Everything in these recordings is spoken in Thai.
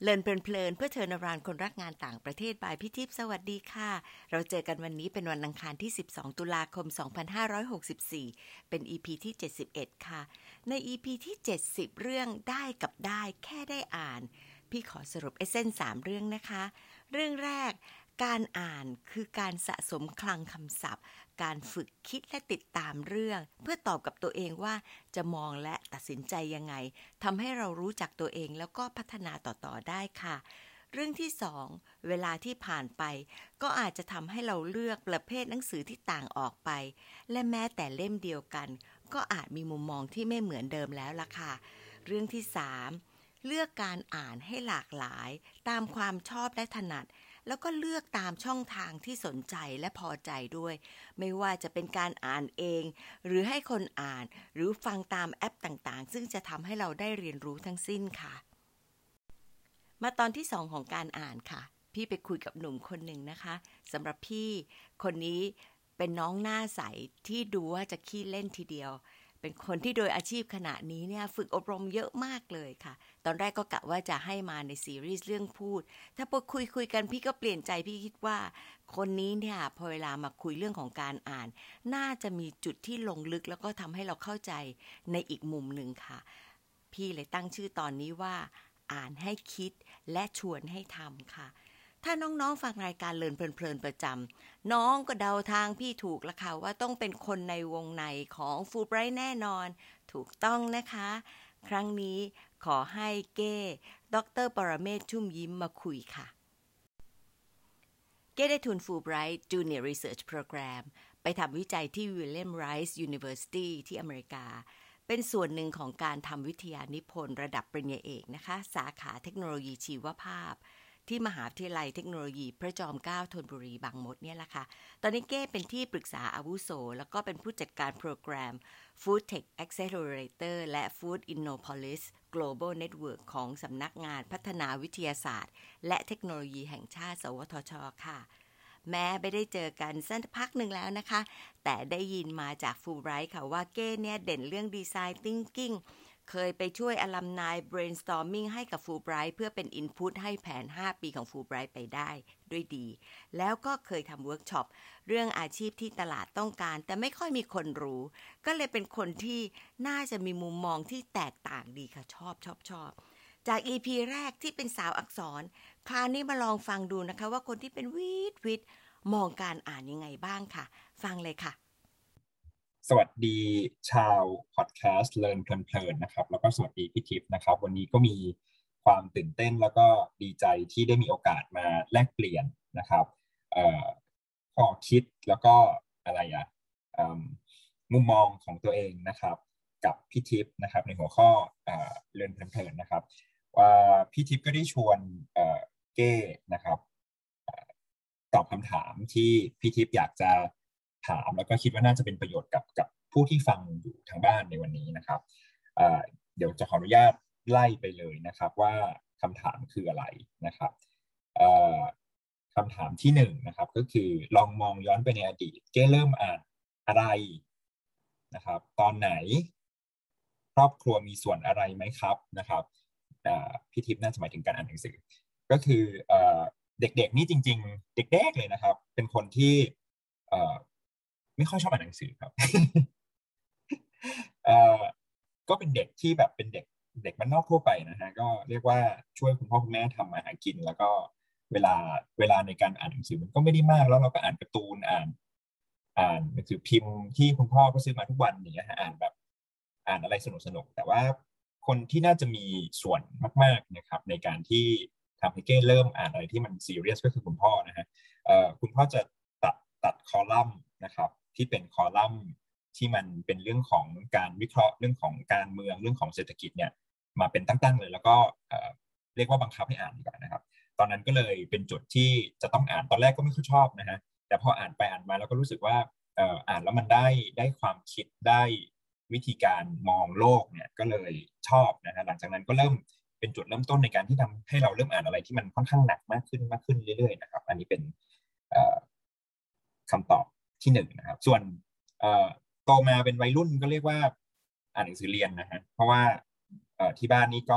ลินเพลินเพื่อเทิร์นอราวด์คนรักงานต่างประเทศบายพี่ทิพย์สวัสดีค่ะเราเจอกันวันนี้เป็นวันอังคารที่12ตุลาคม2564เป็น EP ที่71ค่ะใน EP ที่70เรื่องได้กับได้แค่ได้อ่านพี่ขอสรุปเส้น3เรื่องนะคะเรื่องแรกการอ่านคือการสะสมคลังคำศัพท์การฝึกคิดและติดตามเรื่องเพื่อตอบกับตัวเองว่าจะมองและตัดสินใจยังไงทำให้เรารู้จักตัวเองแล้วก็พัฒนาต่อได้ค่ะเรื่องที่2เวลาที่ผ่านไปก็อาจจะทำให้เราเลือกประเภทหนังสือที่ต่างออกไปและแม้แต่เล่มเดียวกันก็อาจมีมุมมองที่ไม่เหมือนเดิมแล้วล่ะค่ะเรื่องที่3เลือกการอ่านให้หลากหลายตามความชอบและถนัดแล้วก็เลือกตามช่องทางที่สนใจและพอใจด้วยไม่ว่าจะเป็นการอ่านเองหรือให้คนอ่านหรือฟังตามแอปต่างๆซึ่งจะทำให้เราได้เรียนรู้ทั้งสิ้นค่ะมาตอนที่2ของการอ่านค่ะพี่ไปคุยกับหนุ่มคนหนึ่งนะคะสำหรับพี่คนนี้เป็นน้องหน้าใสที่ดูว่าจะขี้เล่นทีเดียวเป็นคนที่โดยอาชีพขณะนี้เนี่ยฝึกอบรมเยอะมากเลยค่ะตอนแรกก็กะว่าจะให้มาในซีรีส์เรื่องพูดถ้าพอคุยกันพี่ก็เปลี่ยนใจพี่คิดว่าคนนี้เนี่ยพอเวลามาคุยเรื่องของการอ่านน่าจะมีจุดที่ลงลึกแล้วก็ทำให้เราเข้าใจในอีกมุมหนึ่งค่ะพี่เลยตั้งชื่อตอนนี้ว่าอ่านให้คิดและชวนให้ทำค่ะถ้าน้องๆฟังรายการเลินเพลินประจำน้องก็เดาทางพี่ถูกละค่ะว่าต้องเป็นคนในวงในของฟูลไบรท์แน่นอนถูกต้องนะคะครั้งนี้ขอให้เก้ดร.ปรเมศวร์ ชุ่มยิ้มมาคุยค่ะเก้ได้ทุนฟูลไบรท์จูเนียร์รีเสิร์ชโปรแกรมไปทำวิจัยที่ William Rice University ที่อเมริกาเป็นส่วนหนึ่งของการทำวิทยานิพนธ์ระดับปริญญาเอกนะคะสาขาเทคโนโลยีชีวภาพที่มหาวิทยาลัยเทคโนโลยีพระจอมเกล้าธนบุรีบางมดเนี่ยแหละค่ะตอนนี้เก้เป็นที่ปรึกษาอาวุโสแล้วก็เป็นผู้จัดการโปรแกรม Food Tech Accelerator และ Food Innopolis Global Network ของสำนักงานพัฒนาวิทยาศาสตร์และเทคโนโลยีแห่งชาติสวทช.ค่ะแม้ไม่ได้เจอกันสักพักหนึ่งแล้วนะคะแต่ได้ยินมาจากฟูลไบรท์ค่ะว่าเก้เนี่ยเด่นเรื่อง Design Thinkingเคยไปช่วยอลัมนาย brainstorming ให้กับฟูลไบรท์เพื่อเป็น input ให้แผน5ปีของฟูลไบรท์ไปได้ด้วยดีแล้วก็เคยทำเวิร์กช็อปเรื่องอาชีพที่ตลาดต้องการแต่ไม่ค่อยมีคนรู้ก็เลยเป็นคนที่น่าจะมีมุมมองที่แตกต่างดีค่ะชอบจาก EP แรกที่เป็นสาวอักษรคราวนี้มาลองฟังดูนะคะว่าคนที่เป็นวิทย์มองการอ่านยังไงบ้างค่ะฟังเลยค่ะสวัสดีชาวพอดแคสต์เลินเพลินนะครับแล้วก็สวัสดีพี่ทิพย์นะครับวันนี้ก็มีความตื่นเต้นแล้วก็ดีใจที่ได้มีโอกาสมาแลกเปลี่ยนนะครับข้อคิดแล้วก็อะไรมุมมองของตัวเองนะครับกับพี่ทิพย์นะครับในหัวข้อเลินเพลินนะครับว่าพี่ทิพย์ก็ได้ชวนเก้นะครับตอบคำถามที่พี่ทิพย์อยากจะถามแล้วก็คิดว่าน่าจะเป็นประโยชน์กับผู้ที่ฟังอยู่ทางบ้านในวันนี้นะครับเดี๋ยวจะขออนุญาตไล่ไปเลยนะครับว่าคำถามคืออะไรนะครับคำถามที่1นะครับก็คือลองมองย้อนไปในอดีตเก้เริ่มอ่านอะไรนะครับตอนไหนครอบครัวมีส่วนอะไรไหมครับนะครับพี่ทิพย์น่าจะหมายถึงการอ่านหนังสือก็คือเด็กๆนี่จริงๆเด็กๆเลยนะครับเป็นคนที่ไม่ค่อยชอบอ่านหนังสือครับ ก็เป็นเด็กที่แบบเป็นเด็กบ้านนอกทั่วไปนะฮะก็เรียกว่าช่วยคุณพ่อคุณแม่ทำอาหารกินแล้วก็เวลาในการอ่านหนังสือมันก็ไม่ได้มากแล้วเราก็อ่านการ์ตูนอ่านหนังสือพิมพ์ที่คุณพ่อก็ซื้อมาทุกวันอย่างเงี้ยอ่านอะไรสนุกแต่ว่าคนที่น่าจะมีส่วนมากๆนะครับในการที่ทำให้เก้เริ่มอ่านอะไรที่มันซีเรียสก็คือคุณพ่อนะฮะคุณพ่อจะตัดคอลัมน์นะครับที่เป็นคอลัมน์ที่มันเป็นเรื่องของการวิเคราะห์เรื่องของการเมืองเรื่องของเศรษฐกิจเนี่ยมาเป็นตั้งๆเลยแล้วก็เรียกว่าบังคับให้อ่านดีกว่านะครับตอนนั้นก็เลยเป็นจุดที่จะต้องอ่านตอนแรกก็ไม่ค่อยชอบนะฮะแต่พออ่านไปอ่านมาแล้วก็รู้สึกว่าอ่านแล้วมันได้ความคิดได้วิธีการมองโลกเนี่ยก็เลยชอบนะฮะหลังจากนั้นก็เริ่มเป็นจุดเริ่มต้นในการที่ทำให้เราเริ่มอ่านอะไรที่มันค่อนข้างหนักมากขึ้นเรื่อยๆนะครับอันนี้เป็นคำตอบที่1นะครับส่วนโตมาเป็นวัยรุ่นก็เรียกว่าอ่านหนังสือเรียนนะฮะเพราะว่าที่บ้านนี่ก็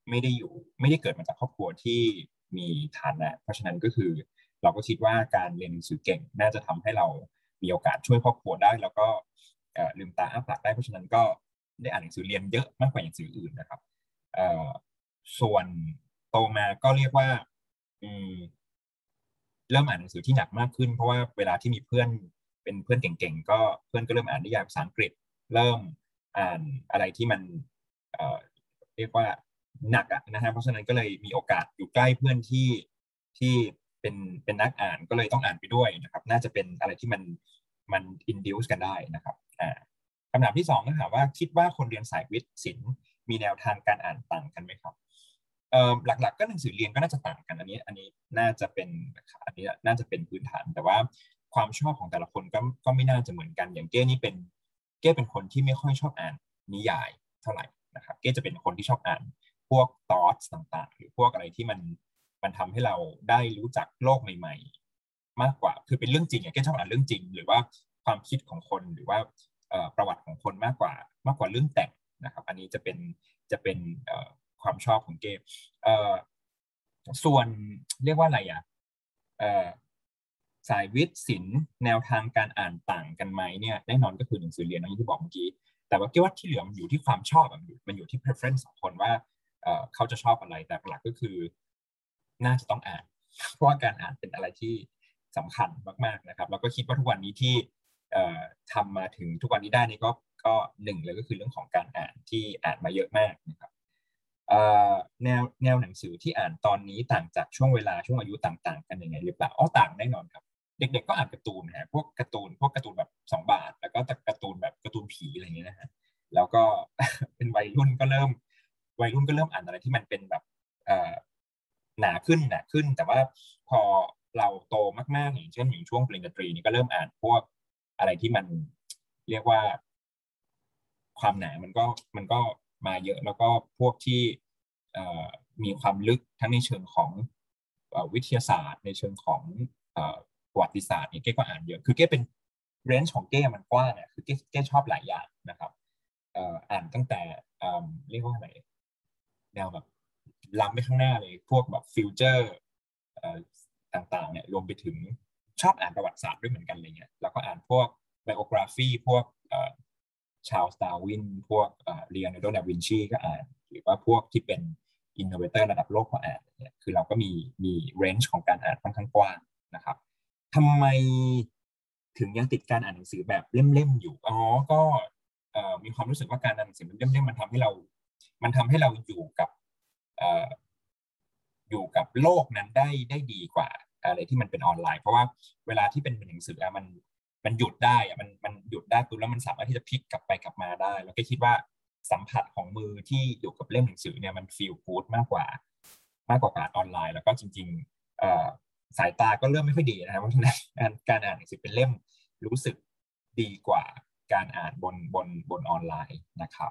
ไม่ได้เกิดมาจากครอบครัวที่มีฐานะเพราะฉะนั้นก็คือเราก็คิดว่าการเรียนหนังสือเก่งน่าจะทำให้เรามีโอกาสช่วยครอบครัวได้แล้วก็ลืมตาอ้าปากได้เพราะฉะนั้นก็ได้อ่านหนังสือเรียนเยอะมากกว่าหนังสืออื่นนะครับเอ่อส่วนโตมาก็เรียกว่าอืมเริ่มอ่านหนังสือที่หนักมากขึ้นเพราะว่าเวลาที่มีเพื่อนเป็นเพื่อนเก่งๆก็เพื่อนก็เริ่มอ่านนิยายภาษาอังกฤษเริ่มอ่านอะไรที่มันเอ่อเรียกว่าหนักอะนะฮะเพราะฉะนั้นก็เลยมีโอกาสอยู่ใกล้เพื่อนที่เป็นเป็นนักอ่านก็เลยต้องอ่านไปด้วยนะครับน่าจะเป็นอะไรที่มัน induce กันได้นะครับคำถามที่สองก็ถามว่าคิดว่าคนเรียนสายวิทย์ศิลป์มีแนวทางการอ่านต่างกันไหมครับหลักๆก็หนังสือเรียนก็น่าจะต่างกันอันนี้น่าจะเป็นอันนี้น่าจะเป็นพื้นฐานแต่ว่าความชอบของแต่ละคนก็ไม่น่าจะเหมือนกันอย่างเก้เป็นคนที่ไม่ค่อยชอบอ่านนิยายเท่าไหร่นะครับเก้จะเป็นคนที่ชอบอ่านพวก thoughts ต่างๆหรือพวกอะไรที่มันทำให้เราได้รู้จักโลกใหม่ๆมากกว่าคือเป็นเรื่องจริงเก้ชอบอ่านเรื่องจริงหรือว่าความคิดของคนหรือว่าประวัติของคนมากกว่าเรื่องแต่งนะครับอันนี้จะเป็นความชอบของเกมส่วนเรียกว่าอะไรอ่ะสายวิทย์ศิลป์แนวทางการอ่านต่างกันไหมเนี่ยแน่นอนก็คือหนังสือเรียนอย่างที่บอกเมื่อกี้แต่ว่าเกี่ยวกับที่เหลือมันอยู่ที่ความชอบมันอยู่ที่ preference ของคนว่าเขาจะชอบอะไรแต่หลักก็คือน่าจะต้องอ่านเพราะว่าการอ่านเป็นอะไรที่สำคัญมากๆนะครับแล้วก็คิดว่าทุกวันนี้ที่ทำมาถึงทุกวันนี้ได้นี่ก็หนึ่งเลยก็คือเรื่องของการอ่านที่อ่านมาเยอะมากนะครับแนวหนังสือที่อ่านตอนนี้ต่างจากช่วงเวลาช่วงอายุต่างๆกันยังไงหรือเปล่าต่างแน่นอนครับเด็กๆก็อ่านการ์ตูนนะฮะพวกการ์ตูนแบบ2 บาทแล้วก็การ์ตูนแบบการ์ตูนผีอะไรอย่างเงี้ยนะฮะแล้วก็ เป็นวัยรุ่นก็เริ่มอ่านอะไรที่มันเป็นแบบหนาขึ้นแต่ว่าพอเราโตมากๆอย่างเช่นอย่างช่วงปริญญาตรีนี่ก็เริ่มอ่านพวกอะไรที่มันเรียกว่าความหนามันก็มาเยอะแล้วก็พวกที่มีความลึกทั้งในเชิงของวิทยาศาสตร์ในเชิงของประวัติศาสตร์เนี่ยเก้ก็อ่านเยอะคือเก้เป็นเรนจ์ของเก้มันกว้างอ่ะคือเก้ชอบหลายอย่างนะครับอ่านตั้งแต่เรียกว่าอะไรแนวแบบล้ำไปข้างหน้าเลยพวกแบบฟิวเจอร์ต่างๆเนี่ยรวมไปถึงชอบอ่านประวัติศาสตร์ด้วยเหมือนกันอะไรเงี้ยแล้วก็อ่านพวกไบโอกราฟีพวกชาร์ลส์ดาร์วินพวกเลีโอนาร์โด ดาวินชีก็อ่านหรือว่าพวกที่เป็นอินโนเวเตอร์ระดับโลกก็อ่านเนี่ยคือเราก็มีเรนจ์ของการอ่านค่อนข้างกว้างนะครับทำไมถึงยังติดการอ่านหนังสือแบบเล่มๆอยู่ก็มีความรู้สึกว่าการอ่านหนังสือเล่มๆมันทำให้เราอยู่กับโลกนั้นได้ดีกว่าอะไรที่มันเป็นออนไลน์เพราะว่าเวลาที่เป็นหนังสือมันหยุดได้มันหยุดได้ปุ๊บแล้วมันสามารถที่จะพลิกกลับไปกลับมาได้แล้วก็คิดว่าสัมผัสของมือที่อยู่กับเล่มหนังสือเนี่ยมันฟีลกู๊ดมากกว่าการออนไลน์แล้วก็จริงๆสายตาก็เริ่มไม่ค่อยดีนะครับเพราะฉะนั้นการอ่านหนังสือเป็นเล่มรู้สึกดีกว่าการอ่านบนออนไลน์นะครับ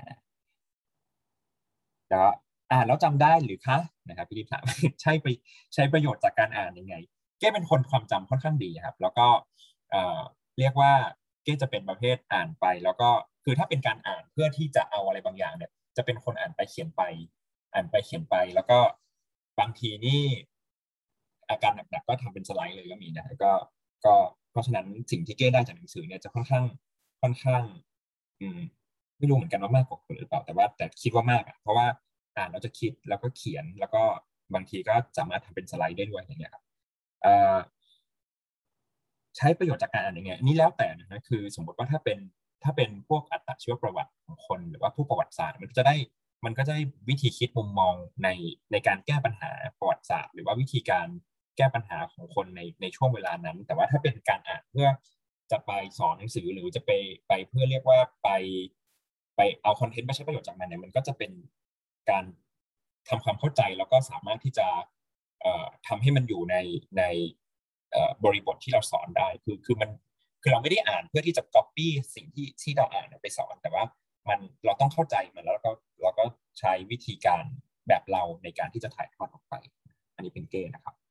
แล้วแล้วจำได้หรือคะนะครับพี่ดิบถาม ใช้ประโยชน์จากการอ่านยังไงเก้เป็นคนความจำค่อนข้างดีครับแล้วก็เอ่อเรียกว่าเก้จะเป็นประเภทอ่านไปแล้วก็คือถ้าเป็นการอ่านเพื่อที่จะเอาอะไรบางอย่างเนี่ยจะเป็นคนอ่านไปเขียนไปแล้วก็บางทีนี่อาการหนักๆก็ทำเป็นสไลด์เลยก็มีนะก็เพราะฉะนั้นสิ่งที่เก้ได้จากหนังสือเนี่ยจะค่อนข้างอืม ไม่รู้เหมือนกันว่ามากกว่าคนหรือเปล่าแต่คิดว่ามากอ่ะเพราะว่าอ่านแล้วจะคิดแล้วก็เขียนแล้วก็บางทีก็สามารถทำเป็นสไลด์ได้ด้วยอย่างเงี้ยครับเอ่อใช้ประโยชน์จากการอ่านยังไงนี่แล้วแต่นะคือสมมติว่าถ้าเป็นพวกอัตชีวประวัติของคนหรือว่าผู้ประวัติศาสตร์มันก็จะได้วิธีคิดมุมมองในการแก้ปัญหาประวัติศาสตร์หรือว่าวิธีการแก้ปัญหาของคนในช่วงเวลานั้นแต่ว่าถ้าเป็นการอ่านเพื่อจะไปสอนหนังสือหรือจะไปเพื่อเรียกว่าไปเอาคอนเทนต์มาใช้ประโยชน์จากมันเนี่ยมันก็จะเป็นการทำความเข้าใจแล้วก็สามารถที่จะทำให้มันอยู่ในบริบทที่เราสอนได้คือเราไม่ได้อ่านเพื่อที่จะ copy สิ่งที่เราอ่านไปสอนแต่ว่าเราต้องเข้าใจมันแล้วเราก็ใช้วิธีการแบบเราในการที่จะถ่ายทอดออกไปอันนี้เป็นเกณฑ์นะครับ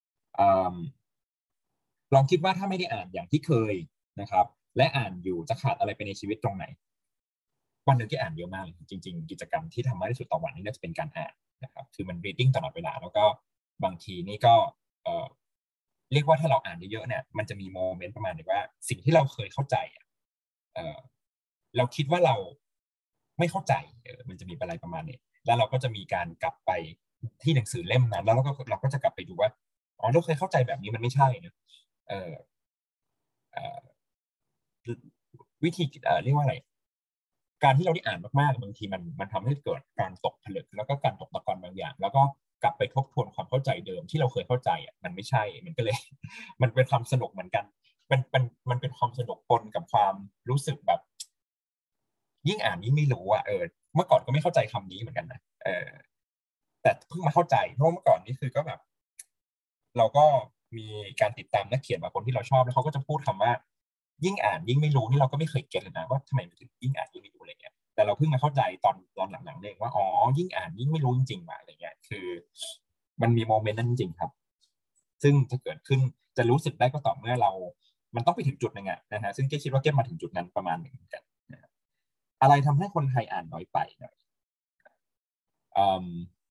ลองคิดว่าถ้าไม่ได้อ่านอย่างที่เคยนะครับและอ่านอยู่จะขาดอะไรไปในชีวิตตรงไหนวันหนึ่งที่อ่านเยอะมากเลยจริงๆกิจกรรมที่ทำมากที่สุดต่อวันนี้น่าจะเป็นการอ่านนะครับคือมัน reading ตลอดเวลาแล้วก็บางทีนี่ก็เอ่อเรียกว่าถ้าเราอ่านเยอะๆเนี่ยมันจะมีโมเมนต์ประมาณนึงว่าสิ่งที่เราเคยเข้าใจเอ่อเราคิดว่าเราไม่เข้าใจมันจะมีอะไรประมาณนี้แล้วเราก็จะมีการกลับไปที่หนังสือเล่มนั้นแล้วเราก็จะกลับไปดูว่าอ๋อเราเคยเข้าใจแบบนี้มันไม่ใช่นะเอ่อเอ่อวิธีเรียกว่าอะไร การที่เราได้อ่านมากๆบางทีมันทำให้เกิดการตกผลึกแล้วก็การตกตะกอนบางอย่างแล้วก็กลับไปทบทวนความเข้าใจเดิมที่เราเคยเข้าใจมันไม่ใช่มันก็เลยมันเป็นความสนุกเหมือนกันมันเป็นความสนุกปนกับความรู้สึกแบบยิ่งอ่านยิ่งไม่รู้เมื่อก่อนก็ไม่เข้าใจคำนี้เหมือนกันนะแต่เพิ่งมาเข้าใจเพราะเมื่อก่อนนี้คือก็แบบเราก็มีการติดตามนักเขียนบางคนที่เราชอบแล้วเขาก็จะพูดคำว่ายิ่งอ่านยิ่งไม่รู้นี่เราก็ไม่เคยเก็ตเลยนะว่าทำไมมันถึงยิ่งอ่านยิ่งไม่รู้อะไรเงี้ยแต่เราเพิ่งมาเข้าใจตอนหลังๆเองว่าอ๋อยิ่งอ่านยิ่งไม่รู้จริงๆว่ะอะไรเงี้ยคือมันมีโมเมนต์นั้นจริงๆครับซึ่งจะเกิดขึ้นจะรู้สึกได้ก็ต่อเมื่อเรามันต้องไปถึงจุดหนึ่งนะฮะซึ่งเก้คิดว่าเก้มาถึงจุดนั้นประมาณหนึ่งเหมือนกันนะอะไรทำให้คนไทยอ่านน้อยไปนะอืม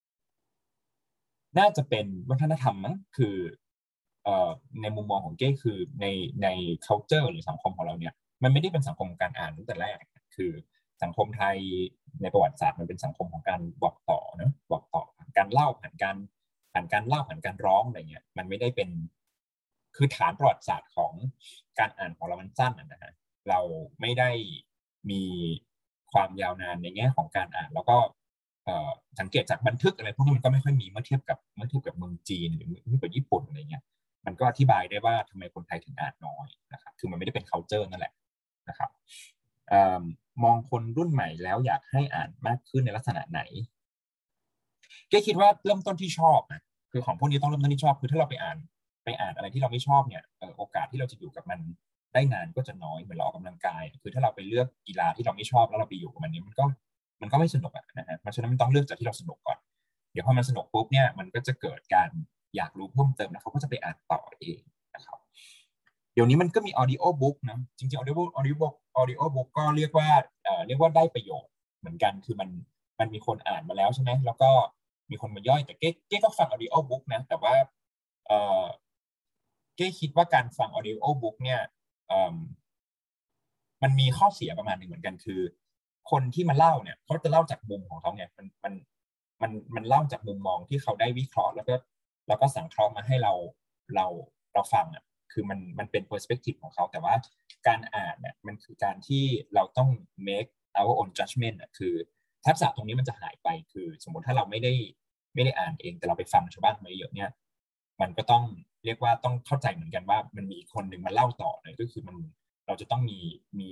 น่าจะเป็นวัฒนธรรมมั้งคือในมุมมองของเก้คือใน culture หรือสังคมของเราเนี่ยมันไม่ได้เป็นสังคมของการอ่านตั้งแต่แรกคือสังคมไทยในประวัติศาสตร์มันเป็นสังคมของการบอกต่อนะบอกต่อผ่านการเล่าผ่านการเล่าผ่านการร้องอะไรเงี้ยมันไม่ได้เป็นคือฐานประวัติศาสตร์ของการอ่านของเรามันสั้นนะฮะเราไม่ได้มีความยาวนานในแง่ของการอ่านแล้วก็ สังเกตจากบันทึกอะไรพวกนี้มันก็ไม่ค่อยมีเมื่อเทียบกับเมืองจีนหรือเมื่อเทียบกับญี่ปุ่นอะไรเงี้ยมันก็อธิบายได้ว่าทำไมคนไทยถึงอ่านน้อยนะครับคือมันไม่ได้เป็น culture นั่นแหละนะครับเอ่อมองคนรุ่นใหม่แล้วอยากให้อ่านมากขึ้นในลักษณะไหนแกคิดว่าเริ่มต้นที่ชอบนะคือของพวกนี้ต้องเริ่มต้นที่ชอบคือถ้าเราไปอ่านอะไรที่เราไม่ชอบเนี่ยโอกาสที่เราจะอยู่กับมันได้นานก็จะน้อยเหมือนเราออกกำลังกายคือถ้าเราไปเลือกกีฬาที่เราไม่ชอบแล้วเราไปอยู่กับมันนี้มันก็ไม่สนุกนะฮะเพราะฉะนั้นมันต้องเลือกจากที่เราสนุกก่อนเดี๋ยวพอมันสนุกปุ๊บเนี่ยมันก็จะเกิดการอยากรู้เพิ่มเติมนะเขาก็จะไปอ่านต่อเองนะครับเดี๋ยวนี้มันก็มี audio book นะจริงๆ audio book ก็เรียกว่าได้ประโยชน์เหมือนกันคือมันมีคนอ่านมาแล้วใช่ไหมแล้วก็มีคนมาย่อยแต่เก้ก็ฟัง audio book นะแต่ว่าเออเก้คิดว่าการฟัง audio book เนี่ยเออมันมีข้อเสียประมาณหนึ่งเหมือนกันคือคนที่มาเล่าเนี่ยเขาจะเล่าจากมุมของเขาไงมันเล่าจากมุมมองที่เขาได้วิเคราะห์แล้วก็สังเคราะห์มาให้เราเราฟังคือมันเป็น perspective ของเขาแต่ว่าการอ่านเนี่ยมันคือการที่เราต้อง make our own judgment คือทักษะตรงนี้มันจะหายไปคือสมมติถ้าเราไม่ได้อ่านเองแต่เราไปฟังชาวบ้านมาเยอะเนี่ยมันก็ต้องเรียกว่าต้องเข้าใจเหมือนกันว่ามันมีคนหนึ่งมาเล่าต่อเลยก็คือเราจะต้องมี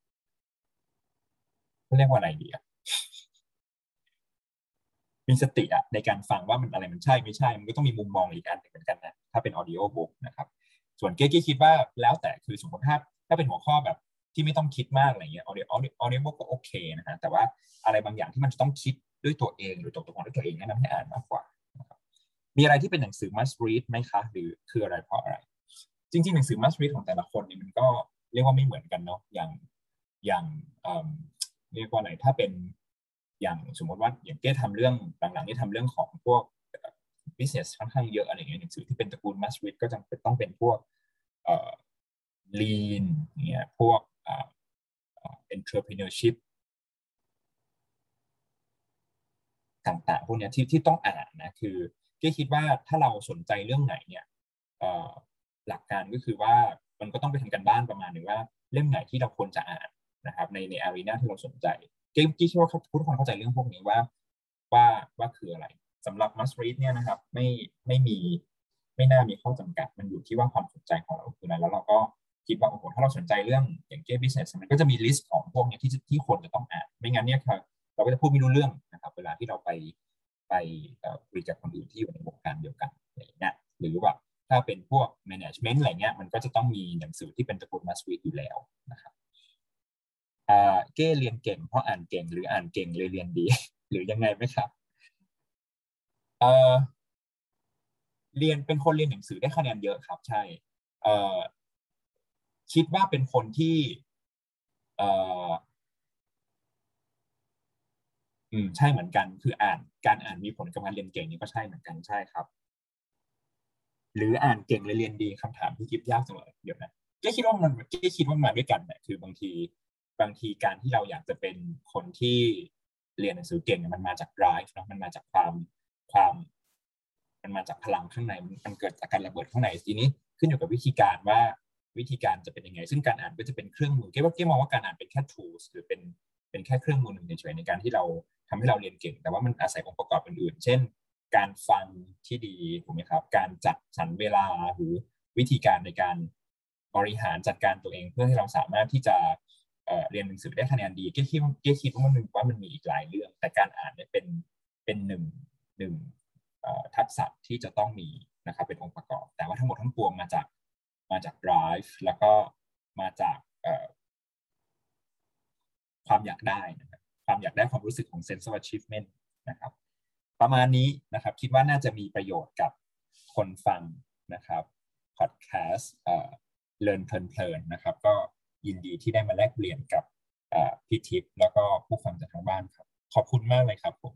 เรียกว่าอะไรดีมีสติในการฟังว่ามันอะไรมันใช่ไม่ใช่มันก็ต้องมีมุมมองอีกอันหนึ่งเหมือนกันนะถ้าเป็น audio book นะครับส่วนเก๊คิดว่าแล้วแต่คือสมมติถ้าเป็นหัวข้อแบบที่ไม่ต้องคิดมากอะไรเงี้ย audio book ก็โอเคนะฮะแต่ว่าอะไรบางอย่างที่มันจะต้องคิดด้วยตัวเองหรือตกตะกอนด้วยตัวเองแนะนำให้อ่านมากกว่านะครับมีอะไรที่เป็นหนังสือ must read ไหมคะหรือคืออะไรเพราะอะไรจริงๆหนังสือ must read ของแต่ละคนเนี่ยมันก็เรียกว่าไม่เหมือนกันเนาะอย่างเรียกว่าอะไรถ้าเป็นอย่างสมมติว่าอย่างเก้ทำเรื่องหลังๆนี่ทำเรื่องของพวก business ค่อนข้างเยอะอะไรอย่างเงี้ยหนังสือที่เป็นตระกูล must read ก็จำเป็นต้องเป็นพวกเอ่อ lean เนี่ยพวกentrepreneurship ต่างๆพวกนี้ที่ต้องอ่านนะคือเก้คิดว่าถ้าเราสนใจเรื่องไหนเนี่ยหลักการก็คือว่ามันก็ต้องไปทำกันบ้านประมาณหนึ่งว่าเล่มไหนที่เราควรจะอ่านนะครับในอารีนาที่เราสนใจเก้คิดว่าทุกคนเข้าใจเรื่องพวกนี้ว่าว่าคืออะไรสำหรับ must read เนี่ยนะครับไม่มีไม่น่ามีข้อจำกัดมันอยู่ที่ว่าความสนใจของเราคืออะไรแล้วเราก็คิดว่าโอ้โหถ้าเราสนใจเรื่องอย่างเก้ business มันก็จะมีลิสต์ของพวกนี้ที่คนจะต้องอ่านไม่งั้นเนี่ยครับ เราก็จะพูดไม่รู้เรื่องนะครับเวลาที่เราไปคุยกับคนอื่นที่อยู่ในวงการเดียวกันอะไรอย่างเงี้ยหรือว่าถ้าเป็นพวก management อะไรเงี้ยมันก็จะต้องมีหนังสือที่เป็นตระกูล must read อยู่แล้วนะครับเก้เรียนเก่งเพราะอ่านเก่งหรืออ่านเก่งเลยเรียนดีหรือยังไงไหมครับเอ่อเรียนเป็นคนเรียนหนังสือได้คะแนนเยอะครับใช่เอ่อคิดว่าเป็นคนที่เอ่อใช่เหมือนกันคือการอ่านมีผลกับการเรียนเก่งนี่ก็ใช่เหมือนกันใช่ครับหรืออ่านเก่งเลยเรียนดีคำถามที่คิดยากจังเลยเดี๋ยวนะเจ๊คิดว่ามาด้วยกันเนี่ยคือบางทีการที่เราอยากจะเป็นคนที่เรียนหนังสือเก่งเนี่ยมันมาจาก drive เนาะมันมาจากความมันมาจากพลังข้างในมันเกิดจากการระเบิดข้างในทีนี้ขึ้นอยู่กับวิธีการว่าวิธีการจะเป็นยังไงซึ่งการอ่านก็จะเป็นเครื่องมือเก้มองว่าการอ่านเป็นแค่ tools หรือเป็นแค่เครื่องมือหนึ่งเฉยๆในการที่เราทำให้เราเรียนเก่งแต่ว่ามันอาศัยองค์ประกอบอื่นๆเช่นการฟังที่ดีถูกไหมครับการจัดสรรเวลาหรือวิธีการในการบริหารจัดการตัวเองเพื่อให้เราสามารถที่จะเรียนหนังสือได้คะแนนดีเก้คิดว่ามันมีอีกหลายเรื่องแต่การอ่านเนี่ยเป็นหนึ่งทักษะที่จะต้องมีนะครับเป็นองค์ประกอบแต่ว่าทั้งหมดทั้งปวงมาจาก drive แล้วก็มาจากความอยากได้นะครับความอยากได้ความรู้สึกของ sense of achievement นะครับประมาณนี้นะครับคิดว่าน่าจะมีประโยชน์กับคนฟังนะครับพอดแคสต์เลิร์นเพลินๆนะครับก็ยินดีที่ได้มาแลกเปลี่ยนกับพี่ทิพย์แล้วก็ผู้ฟังจากทางบ้านครับขอบคุณมากเลยครับผม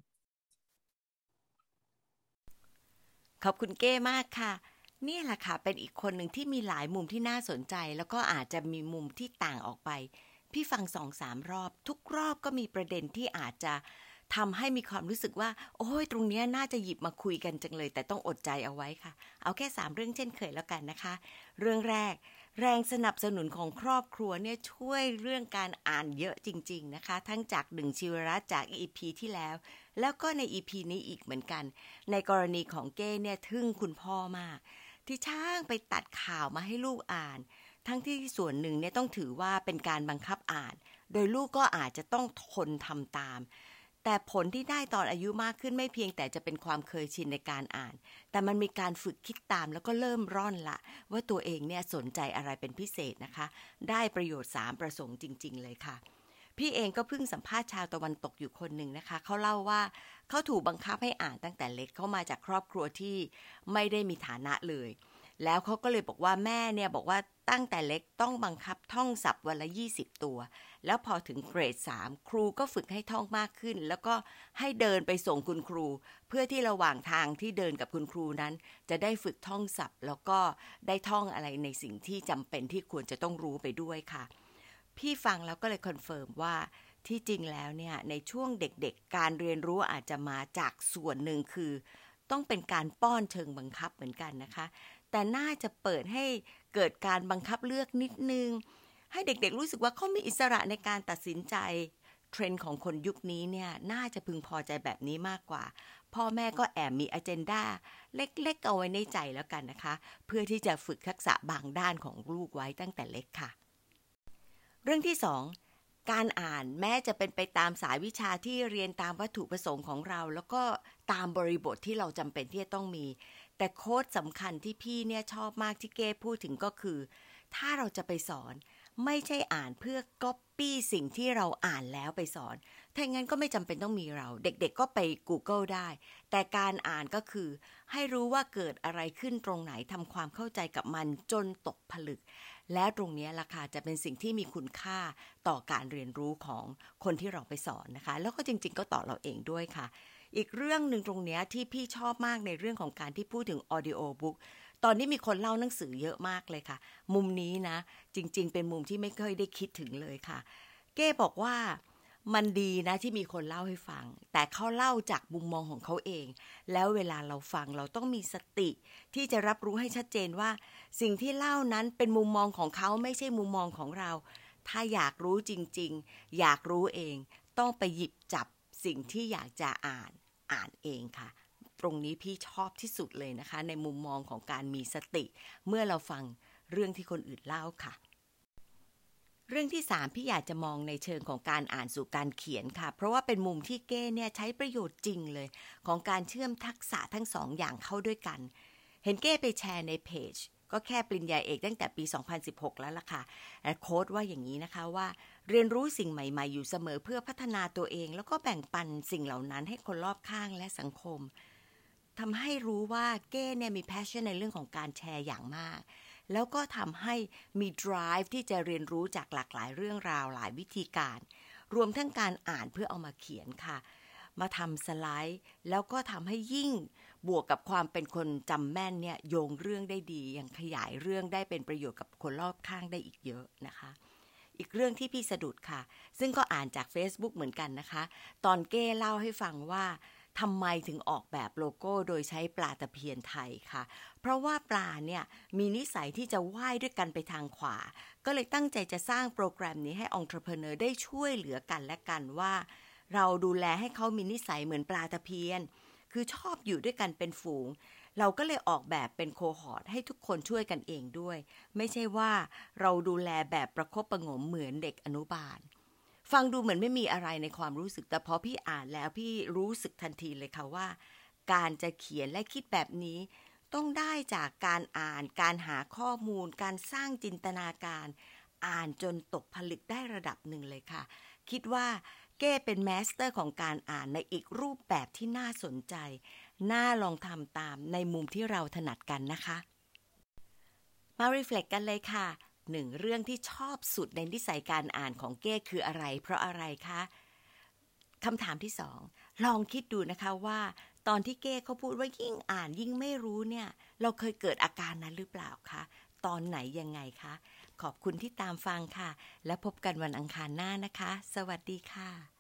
ขอบคุณเก้มากค่ะเนี่ยแหละค่ะเป็นอีกคนหนึ่งที่มีหลายมุมที่น่าสนใจแล้วก็อาจจะมีมุมที่ต่างออกไปพี่ฟัง2-3 รอบทุกรอบก็มีประเด็นที่อาจจะทำให้มีความรู้สึกว่าโอ้ยตรงเนี้ยน่าจะหยิบมาคุยกันจังเลยแต่ต้องอดใจเอาไว้ค่ะเอาแค่3เรื่องเช่นเคยแล้วกันนะคะเรื่องแรกแรงสนับสนุนของครอบครัวเนี่ยช่วยเรื่องการอ่านเยอะจริงๆนะคะทั้งจากหนึ่งชีวรัตน์จาก EP ที่แล้วก็ใน EP นี้อีกเหมือนกันในกรณีของเก้เนี่ยทึ่งคุณพ่อมากที่ช่างไปตัดข่าวมาให้ลูกอ่านทั้งที่ส่วนหนึ่งเนี่ยต้องถือว่าเป็นการบังคับอ่านโดยลูกก็อาจจะต้องทนทำตามแต่ผลที่ได้ตอนอายุมากขึ้นไม่เพียงแต่จะเป็นความเคยชินในการอ่านแต่มันมีการฝึกคิดตามแล้วก็เริ่มร่อนละว่าตัวเองเนี่ยสนใจอะไรเป็นพิเศษนะคะได้ประโยชน์3ประสงค์จริงๆเลยค่ะพี่เองก็เพิ่งสัมภาษณ์ชาวตะวันตกอยู่คนหนึ่งนะคะเขาเล่าว่าเขาถูกบังคับให้อ่านตั้งแต่เล็กเขามาจากครอบครัวที่ไม่ได้มีฐานะเลยแล้วเขาก็เลยบอกว่าแม่เนี่ยบอกว่าตั้งแต่เล็กต้องบังคับท่องศัพท์วันละ20ตัวแล้วพอถึงเกรด3ครูก็ฝึกให้ท่องมากขึ้นแล้วก็ให้เดินไปส่งคุณครูเพื่อที่ระหว่างทางที่เดินกับคุณครูนั้นจะได้ฝึกท่องศัพท์แล้วก็ได้ท่องอะไรในสิ่งที่จำเป็นที่ควรจะต้องรู้ไปด้วยค่ะพี่ฟังแล้วก็เลยคอนเฟิร์มว่าที่จริงแล้วเนี่ยในช่วงเด็กๆการเรียนรู้อาจจะมาจากส่วนหนึ่งคือต้องเป็นการป้อนเชิงบังคับเหมือนกันนะคะแต่น่าจะเปิดให้เกิดการบังคับเลือกนิดนึงให้เด็กๆรู้สึกว่าเขามีอิสระในการตัดสินใจเทรนด์ของคนยุคนี้เนี่ยน่าจะพึงพอใจแบบนี้มากกว่าพ่อแม่ก็แอบมีอเจนดาเล็กๆเอาไว้ในใจแล้วกันนะคะเพื่อที่จะฝึกทักษะบางด้านของลูกไว้ตั้งแต่เล็กค่ะเรื่องที่2การอ่านแม้จะเป็นไปตามสายวิชาที่เรียนตามวัตถุประสงค์ของเราแล้วก็ตามบริบทที่เราจำเป็นที่จะต้องมีแต่โค้ดสำคัญที่พี่เนี่ยชอบมากที่เก้พูดถึงก็คือถ้าเราจะไปสอนไม่ใช่อ่านเพื่อก๊อปปี้สิ่งที่เราอ่านแล้วไปสอนถ้าอย่างนั้นก็ไม่จำเป็นต้องมีเราเด็กๆก็ไป Google ได้แต่การอ่านก็คือให้รู้ว่าเกิดอะไรขึ้นตรงไหนทำความเข้าใจกับมันจนตกผลึกและตรงนี้ล่ะค่ะจะเป็นสิ่งที่มีคุณค่าต่อการเรียนรู้ของคนที่เราไปสอนนะคะแล้วก็จริงๆก็ต่อเราเองด้วยค่ะอีกเรื่องหนึ่งตรงนี้ที่พี่ชอบมากในเรื่องของการที่พูดถึง audio book ตอนนี้มีคนเล่าหนังสือเยอะมากเลยค่ะมุมนี้นะจริงๆเป็นมุมที่ไม่เคยได้คิดถึงเลยค่ะเก้บอกว่ามันดีนะที่มีคนเล่าให้ฟังแต่เขาเล่าจากมุมมองของเขาเองแล้วเวลาเราฟังเราต้องมีสติที่จะรับรู้ให้ชัดเจนว่าสิ่งที่เล่านั้นเป็นมุมมองของเขาไม่ใช่มุมมองของเราถ้าอยากรู้จริงๆอยากรู้เองต้องไปหยิบจับสิ่งที่อยากจะอ่านเองค่ะตรงนี้พี่ชอบที่สุดเลยนะคะในมุมมองของการมีสติเมื่อเราฟังเรื่องที่คนอื่นเล่าค่ะเรื่องที่3พี่อยากจะมองในเชิงของการอ่านสู่การเขียนค่ะเพราะว่าเป็นมุมที่เก้เนี่ยใช้ประโยชน์จริงเลยของการเชื่อมทักษะทั้ง2อย่างเข้าด้วยกันเห็นเก้ไปแชร์ในเพจก็แค่ปริญญาเอกตั้งแต่ปี2016แล้วล่ะค่ะโค้ดว่าอย่างนี้นะคะว่าเรียนรู้สิ่งใหม่ๆอยู่เสมอเพื่อพัฒนาตัวเองแล้วก็แบ่งปันสิ่งเหล่านั้นให้คนรอบข้างและสังคมทำให้รู้ว่าเก้เนี่ยมี passion ในเรื่องของการแชร์อย่างมากแล้วก็ทำให้มี drive ที่จะเรียนรู้จากหลากหลายเรื่องราวหลายวิธีการรวมทั้งการอ่านเพื่อเอามาเขียนค่ะมาทำสไลด์แล้วก็ทำให้ยิ่งบวกกับความเป็นคนจำแม่นเนี่ยโยงเรื่องได้ดียังขยายเรื่องได้เป็นประโยชน์กับคนรอบข้างได้อีกเยอะนะคะอีกเรื่องที่พี่สะดุดค่ะซึ่งก็อ่านจาก Facebook เหมือนกันนะคะตอนเก้เล่าให้ฟังว่าทำไมถึงออกแบบโลโก้โดยใช้ปลาตะเพียนไทยค่ะเพราะว่าปลาเนี่ยมีนิสัยที่จะว่ายด้วยกันไปทางขวาก็เลยตั้งใจจะสร้างโปรแกรมนี้ให้ entrepreneur ได้ช่วยเหลือกันและกันว่าเราดูแลให้เขามีนิสัยเหมือนปลาตะเพียนคือชอบอยู่ด้วยกันเป็นฝูงเราก็เลยออกแบบเป็นโคฮอร์ทให้ทุกคนช่วยกันเองด้วยไม่ใช่ว่าเราดูแลแบบประคบประหงมเหมือนเด็กอนุบาลฟังดูเหมือนไม่มีอะไรในความรู้สึกแต่พอพี่อ่านแล้วพี่รู้สึกทันทีเลยค่ะว่าการจะเขียนและคิดแบบนี้ต้องได้จากการอ่านการหาข้อมูลการสร้างจินตนาการอ่านจนตกผลึกได้ระดับหนึ่งเลยค่ะคิดว่าเก้เป็นแมสเตอร์ของการอ่านในอีกรูปแบบที่น่าสนใจน่าลองทำตามในมุมที่เราถนัดกันนะคะมารีเฟล็กกันเลยค่ะ1เรื่องที่ชอบสุดในนิสัยการอ่านของเก้คืออะไรเพราะอะไรคะคำถามที่2ลองคิดดูนะคะว่าตอนที่เก้เขาพูดว่ายิ่งอ่านยิ่งไม่รู้เนี่ยเราเคยเกิดอาการนั้นหรือเปล่าคะตอนไหนยังไงคะขอบคุณที่ตามฟังค่ะและพบกันวันอังคารหน้านะคะสวัสดีค่ะ